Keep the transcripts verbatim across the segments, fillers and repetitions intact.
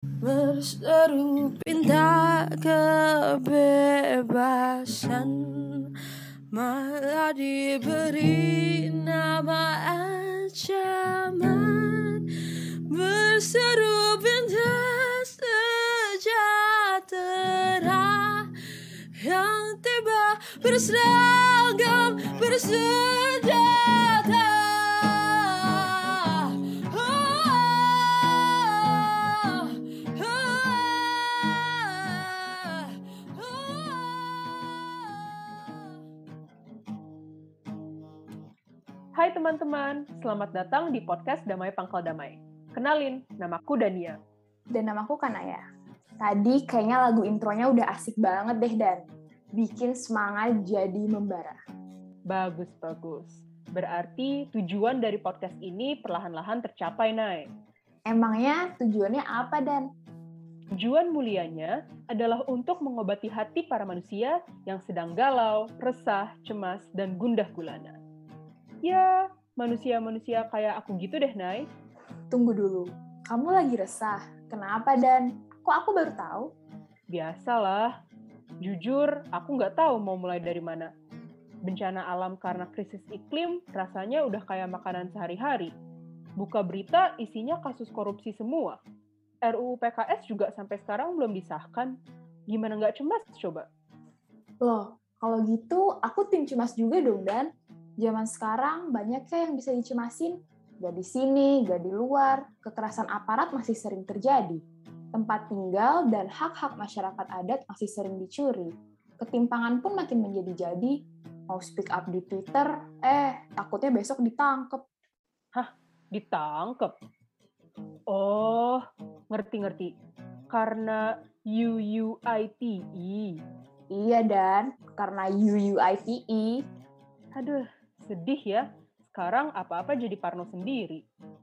Berseru pinta kebebasan, malah diberi nama ancaman. Berseru pinta sejahtera yang tiba berseragam bersenjata. Hai teman-teman, selamat datang di podcast Damai Pangkal Damai. Kenalin, namaku Dania. Dan namaku Kanaya. Tadi kayaknya lagu intronya udah asik banget deh, Dan. Bikin semangat jadi membara. Bagus-bagus. Berarti tujuan dari podcast ini perlahan-lahan tercapai, Nay. Emangnya tujuannya apa, Dan? Tujuan mulianya adalah untuk mengobati hati para manusia yang sedang galau, resah, cemas, dan gundah gulana. Ya, manusia-manusia kayak aku gitu deh, Nay. Tunggu dulu. Kamu lagi resah. Kenapa, Dan? Kok aku baru tahu? Biasalah. Jujur, aku nggak tahu mau mulai dari mana. Bencana alam karena krisis iklim rasanya udah kayak makanan sehari-hari. Buka berita isinya kasus korupsi semua. R U U P K S juga sampai sekarang belum disahkan. Gimana nggak cemas coba? Loh, kalau gitu aku tim cemas juga dong, Dan. Zaman sekarang banyak ya yang bisa dicemasin. Gak di sini, gak di luar, kekerasan aparat masih sering terjadi. Tempat tinggal dan hak-hak masyarakat adat masih sering dicuri. Ketimpangan pun makin menjadi-jadi. Mau speak up di Twitter, eh takutnya besok ditangkep. Hah? Ditangkep? Oh, ngerti-ngerti. Karena U U I T E. Iya, Dan. Karena U U I T E. Aduh, sedih ya. Sekarang apa-apa jadi parno sendiri.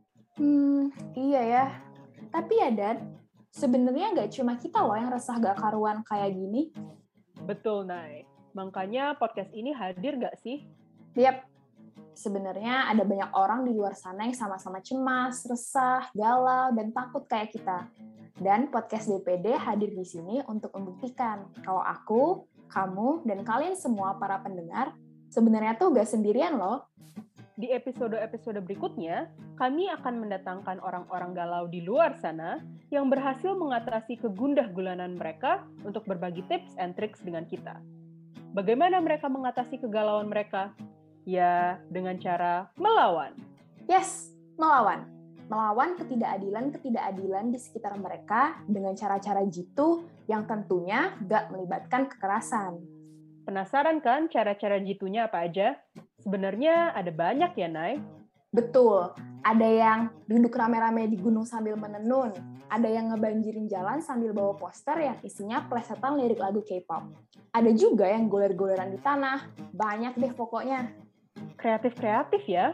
Hmm, iya ya. Tapi ya, Dan, sebenarnya nggak cuma kita loh yang resah gak karuan kayak gini. Betul, Nay. Makanya podcast ini hadir gak sih? Yap. Sebenarnya ada banyak orang di luar sana yang sama-sama cemas, resah, galau, dan takut kayak kita. Dan podcast D P D hadir di sini untuk membuktikan kalau aku, kamu, dan kalian semua para pendengar sebenarnya tuh gak sendirian loh. Di episode-episode berikutnya, kami akan mendatangkan orang-orang galau di luar sana yang berhasil mengatasi kegundah gulanan mereka untuk berbagi tips and tricks dengan kita. Bagaimana mereka mengatasi kegalauan mereka? Ya, dengan cara melawan. Yes, melawan. Melawan ketidakadilan-ketidakadilan di sekitar mereka dengan cara-cara jitu yang tentunya gak melibatkan kekerasan. Penasaran kan cara-cara jitunya apa aja? Sebenarnya ada banyak ya, Nay? Betul. Ada yang duduk rame-rame di gunung sambil menenun. Ada yang ngebanjirin jalan sambil bawa poster yang isinya plesetan lirik lagu K-pop. Ada juga yang goler-goleran di tanah. Banyak deh pokoknya. Kreatif-kreatif ya?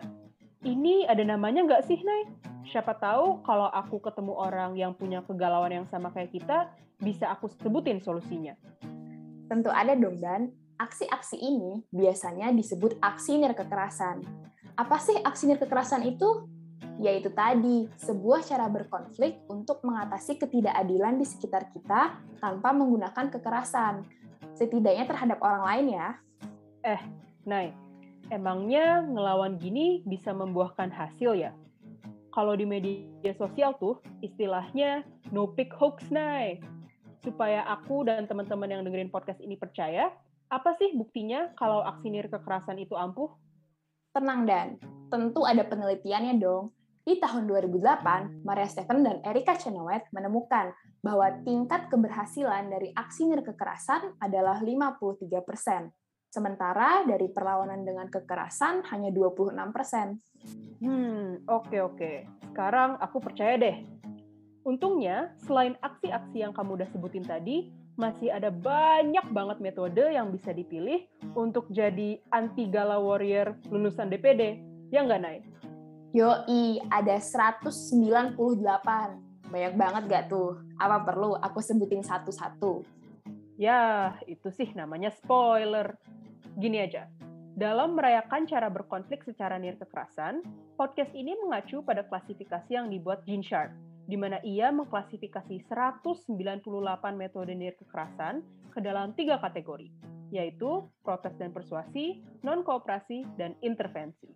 Ini ada namanya nggak sih, Nay? Siapa tahu kalau aku ketemu orang yang punya kegalauan yang sama kayak kita, bisa aku sebutin solusinya. Tentu ada dong, Dan. Aksi-aksi ini biasanya disebut aksi nirkekerasan. Apa sih aksi nirkekerasan itu? Yaitu tadi, sebuah cara berkonflik untuk mengatasi ketidakadilan di sekitar kita tanpa menggunakan kekerasan. Setidaknya terhadap orang lain ya. Eh, Nay, emangnya ngelawan gini bisa membuahkan hasil ya? Kalau di media sosial tuh, istilahnya no pick hoax, Nay. Supaya aku dan teman-teman yang dengerin podcast ini percaya, apa sih buktinya kalau aksi nirkekerasan itu ampuh? Tenang, Dan. Tentu ada penelitiannya dong. Di tahun dua ribu delapan, Maria Stephen dan Erika Chenoweth menemukan bahwa tingkat keberhasilan dari aksi nirkekerasan adalah lima puluh tiga persen. Sementara dari perlawanan dengan kekerasan hanya dua puluh enam persen. Hmm, oke-oke. Sekarang aku percaya deh. Untungnya, selain aksi-aksi yang kamu udah sebutin tadi, masih ada banyak banget metode yang bisa dipilih untuk jadi anti-galau warrior lulusan D P D. Ya nggak, Nay? Yoi, ada seratus sembilan puluh delapan. Banyak banget gak tuh? Apa perlu aku sebutin satu-satu? Ya, itu sih namanya spoiler. Gini aja, dalam merayakan cara berkonflik secara nirkekerasan, podcast ini mengacu pada klasifikasi yang dibuat Gene Sharp, di mana ia mengklasifikasi seratus sembilan puluh delapan metode nirkekerasan ke dalam tiga kategori, yaitu protes dan persuasi, non-kooperasi, dan intervensi.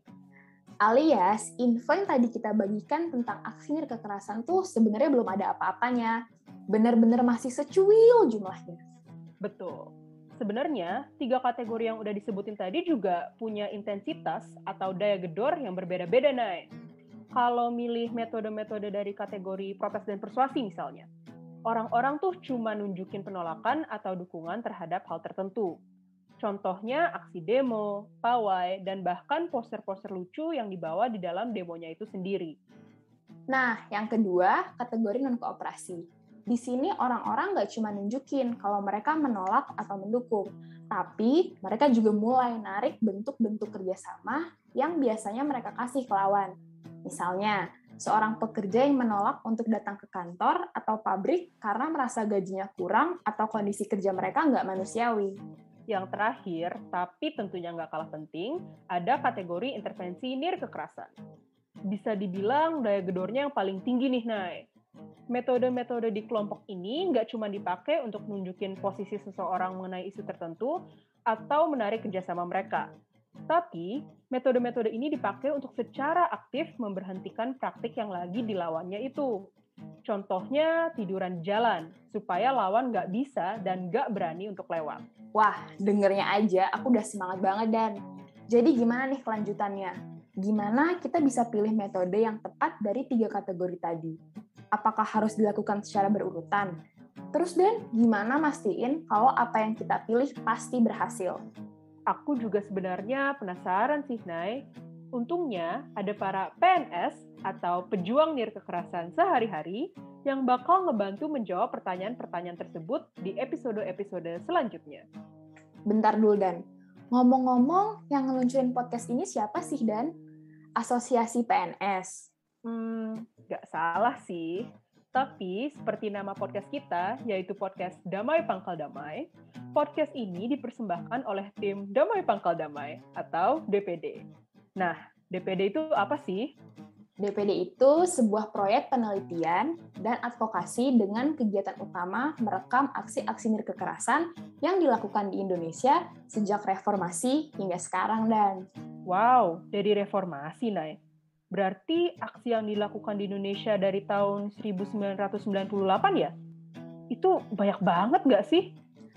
Alias, info yang tadi kita bagikan tentang aksi nirkekerasan tuh sebenarnya belum ada apa-apanya. Benar-benar masih secuil jumlahnya. Betul. Sebenarnya, tiga kategori yang udah disebutin tadi juga punya intensitas atau daya gedor yang berbeda-beda, Nay. Kalau milih metode-metode dari kategori protes dan persuasi misalnya, orang-orang tuh cuma nunjukin penolakan atau dukungan terhadap hal tertentu. Contohnya aksi demo, pawai, dan bahkan poster-poster lucu yang dibawa di dalam demonya itu sendiri. Nah, yang kedua, kategori non-kooperasi. Di sini orang-orang nggak cuma nunjukin kalau mereka menolak atau mendukung, tapi mereka juga mulai narik bentuk-bentuk kerjasama yang biasanya mereka kasih ke lawan. Misalnya, seorang pekerja yang menolak untuk datang ke kantor atau pabrik karena merasa gajinya kurang atau kondisi kerja mereka nggak manusiawi. Yang terakhir, tapi tentunya nggak kalah penting, ada kategori intervensi nirkekerasan. Bisa dibilang daya gedornya yang paling tinggi nih, Nay. Metode-metode di kelompok ini nggak cuma dipakai untuk nunjukin posisi seseorang mengenai isu tertentu atau menarik kerjasama mereka. Tapi, metode-metode ini dipakai untuk secara aktif memberhentikan praktik yang lagi dilawannya itu. Contohnya tiduran di jalan, supaya lawan nggak bisa dan nggak berani untuk lewat. Wah, dengernya aja aku udah semangat banget, Dan. Jadi gimana nih kelanjutannya? Gimana kita bisa pilih metode yang tepat dari tiga kategori tadi? Apakah harus dilakukan secara berurutan? Terus, Dan, gimana mastiin kalau apa yang kita pilih pasti berhasil? Aku juga sebenarnya penasaran sih, Nay. Untungnya ada para P N S atau pejuang nirkekerasan sehari-hari yang bakal ngebantu menjawab pertanyaan-pertanyaan tersebut di episode-episode selanjutnya. Bentar dulu, Dan. Ngomong-ngomong, yang ngeluncurin podcast ini siapa sih, Dan? Asosiasi P N S. Hmm, nggak salah sih. Tapi, seperti nama podcast kita, yaitu podcast Damai Pangkal Damai, podcast ini dipersembahkan oleh tim Damai Pangkal Damai atau D P D. Nah, D P D itu apa sih? D P D itu sebuah proyek penelitian dan advokasi dengan kegiatan utama merekam aksi-aksi nirkekerasan yang dilakukan di Indonesia sejak reformasi hingga sekarang, Dan. Wow, dari reformasi, Nay. Berarti aksi yang dilakukan di Indonesia dari tahun seribu sembilan ratus sembilan puluh delapan ya? Itu banyak banget nggak sih?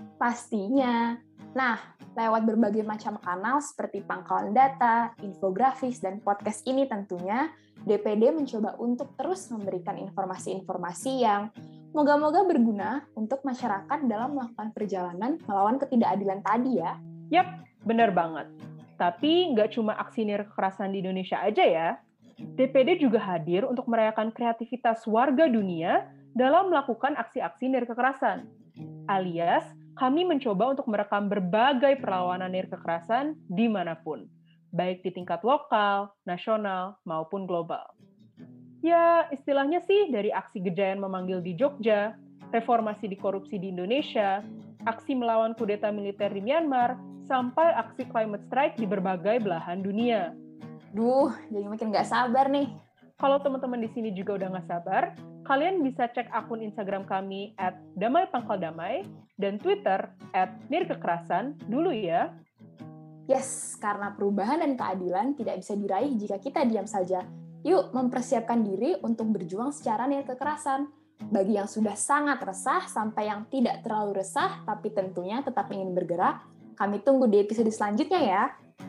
Pastinya. Nah, lewat berbagai macam kanal seperti pangkalan data, infografis, dan podcast ini tentunya, D P D mencoba untuk terus memberikan informasi-informasi yang moga-moga berguna untuk masyarakat dalam melakukan perjalanan melawan ketidakadilan tadi ya. Yap, benar banget. Tapi nggak cuma aksi nirkekerasan di Indonesia aja ya. D P D juga hadir untuk merayakan kreativitas warga dunia dalam melakukan aksi-aksi nirkekerasan. Alias, kami mencoba untuk merekam berbagai perlawanan nirkekerasan dimanapun, baik di tingkat lokal, nasional, maupun global. Ya, istilahnya sih dari aksi Gejayan memanggil di Jogja, reformasi di korupsi di Indonesia, aksi melawan kudeta militer di Myanmar, sampai aksi climate strike di berbagai belahan dunia. Duh, jadi makin nggak sabar nih. Kalau teman-teman di sini juga udah nggak sabar, kalian bisa cek akun Instagram kami at damai pangkal damai dan Twitter at nirkekerasan dulu ya. Yes, karena perubahan dan keadilan tidak bisa diraih jika kita diam saja. Yuk, mempersiapkan diri untuk berjuang secara nirkekerasan. Bagi yang sudah sangat resah sampai yang tidak terlalu resah, tapi tentunya tetap ingin bergerak, kami tunggu di episode selanjutnya ya.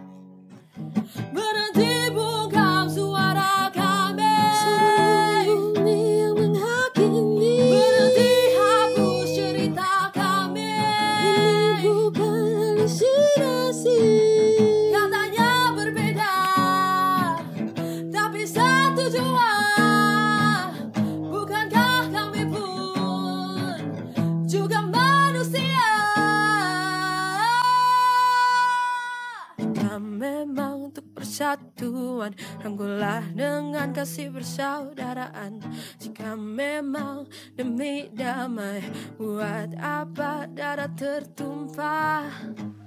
Berhenti bungkam suara kami, bumi yang menghakimi. Berhenti hapus cerita kami, ini bukan halusinasi. Katanya berbeda, tapi satu jua. Bukankah kami pun juga manusia? Jika memang untuk persatuan, rangkulah dengan kasih persaudaraan. Jika memang demi damai, buat apa darah tertumpah?